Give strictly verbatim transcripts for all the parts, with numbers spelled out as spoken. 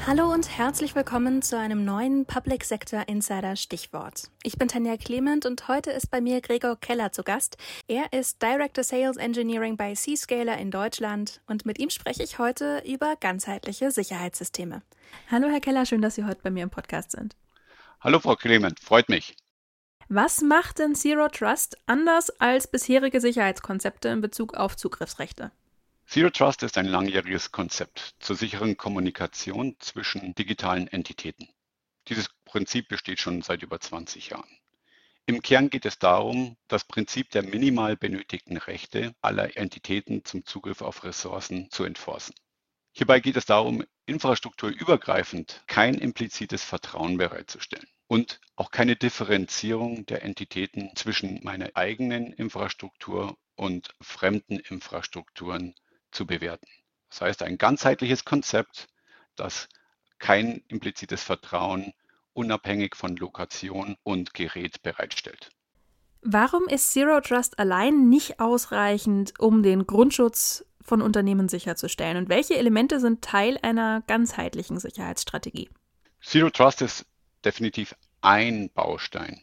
Hallo und herzlich willkommen zu einem neuen Public Sector Insider Stichwort. Ich bin Tanja Clement und heute ist bei mir Gregor Keller zu Gast. Er ist Director Sales Engineering bei Zscaler in Deutschland und mit ihm spreche ich heute über ganzheitliche Sicherheitssysteme. Hallo Herr Keller, schön, dass Sie heute bei mir im Podcast sind. Hallo Frau Clement, freut mich. Was macht denn Zero Trust anders als bisherige Sicherheitskonzepte in Bezug auf Zugriffsrechte? Zero Trust ist ein langjähriges Konzept zur sicheren Kommunikation zwischen digitalen Entitäten. Dieses Prinzip besteht schon seit über zwanzig Jahren. Im Kern geht es darum, das Prinzip der minimal benötigten Rechte aller Entitäten zum Zugriff auf Ressourcen zu enforcen. Hierbei geht es darum, infrastrukturübergreifend kein implizites Vertrauen bereitzustellen und auch keine Differenzierung der Entitäten zwischen meiner eigenen Infrastruktur und fremden Infrastrukturen zu bewerten. Das heißt, ein ganzheitliches Konzept, das kein implizites Vertrauen unabhängig von Lokation und Gerät bereitstellt. Warum ist Zero Trust allein nicht ausreichend, um den Grundschutz von Unternehmen sicherzustellen? Und welche Elemente sind Teil einer ganzheitlichen Sicherheitsstrategie? Zero Trust ist definitiv ein Baustein,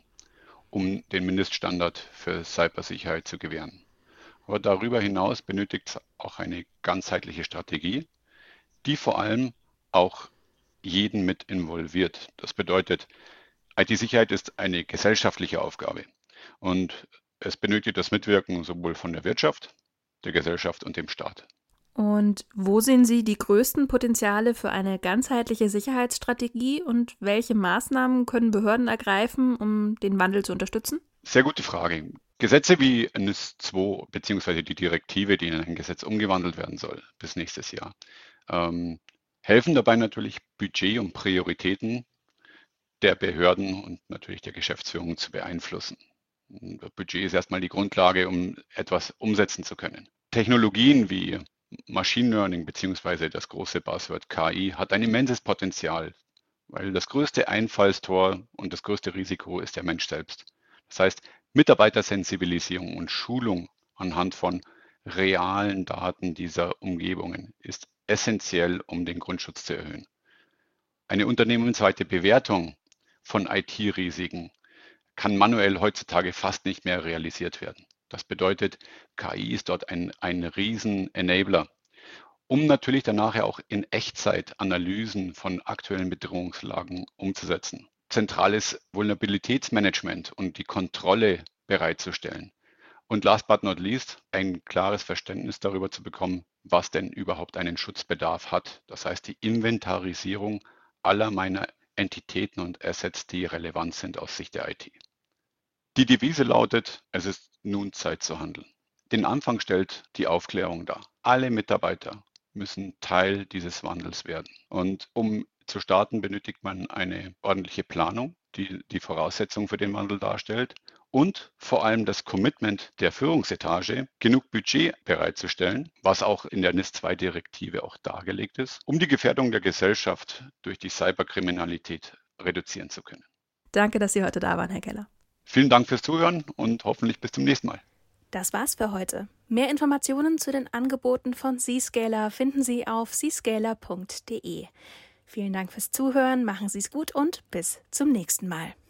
um den Mindeststandard für Cybersicherheit zu gewähren. Aber darüber hinaus benötigt es auch eine ganzheitliche Strategie, die vor allem auch jeden mit involviert. Das bedeutet, I T-Sicherheit ist eine gesellschaftliche Aufgabe und es benötigt das Mitwirken sowohl von der Wirtschaft, der Gesellschaft und dem Staat. Und wo sehen Sie die größten Potenziale für eine ganzheitliche Sicherheitsstrategie und welche Maßnahmen können Behörden ergreifen, um den Wandel zu unterstützen? Sehr gute Frage. Gesetze wie N I S zwei bzw. die Direktive, die in ein Gesetz umgewandelt werden soll bis nächstes Jahr, ähm, helfen dabei natürlich, Budget und Prioritäten der Behörden und natürlich der Geschäftsführung zu beeinflussen. Und Budget ist erstmal die Grundlage, um etwas umsetzen zu können. Technologien wie Machine Learning bzw. das große Buzzword K I hat ein immenses Potenzial, weil das größte Einfallstor und das größte Risiko ist der Mensch selbst. Das heißt, Mitarbeitersensibilisierung und Schulung anhand von realen Daten dieser Umgebungen ist essentiell, um den Grundschutz zu erhöhen. Eine unternehmensweite Bewertung von I T-Risiken kann manuell heutzutage fast nicht mehr realisiert werden. Das bedeutet, K I ist dort ein, ein Riesen-Enabler, um natürlich danach auch in Echtzeit Analysen von aktuellen Bedrohungslagen umzusetzen. Zentrales Vulnerabilitätsmanagement und die Kontrolle bereitzustellen. Und last but not least, ein klares Verständnis darüber zu bekommen, was denn überhaupt einen Schutzbedarf hat. Das heißt, die Inventarisierung aller meiner Entitäten und Assets, die relevant sind aus Sicht der I T. Die Devise lautet, es ist nun Zeit zu handeln. Den Anfang stellt die Aufklärung dar. Alle Mitarbeiter müssen Teil dieses Wandels werden. Und um zu starten, benötigt man eine ordentliche Planung, die die Voraussetzung für den Wandel darstellt und vor allem das Commitment der Führungsetage, genug Budget bereitzustellen, was auch in der N I S zwei Direktive auch dargelegt ist, um die Gefährdung der Gesellschaft durch die Cyberkriminalität reduzieren zu können. Danke, dass Sie heute da waren, Herr Keller. Vielen Dank fürs Zuhören und hoffentlich bis zum nächsten Mal. Das war's für heute. Mehr Informationen zu den Angeboten von Zscaler finden Sie auf zscaler punkt de. Vielen Dank fürs Zuhören, machen Sie es gut und bis zum nächsten Mal.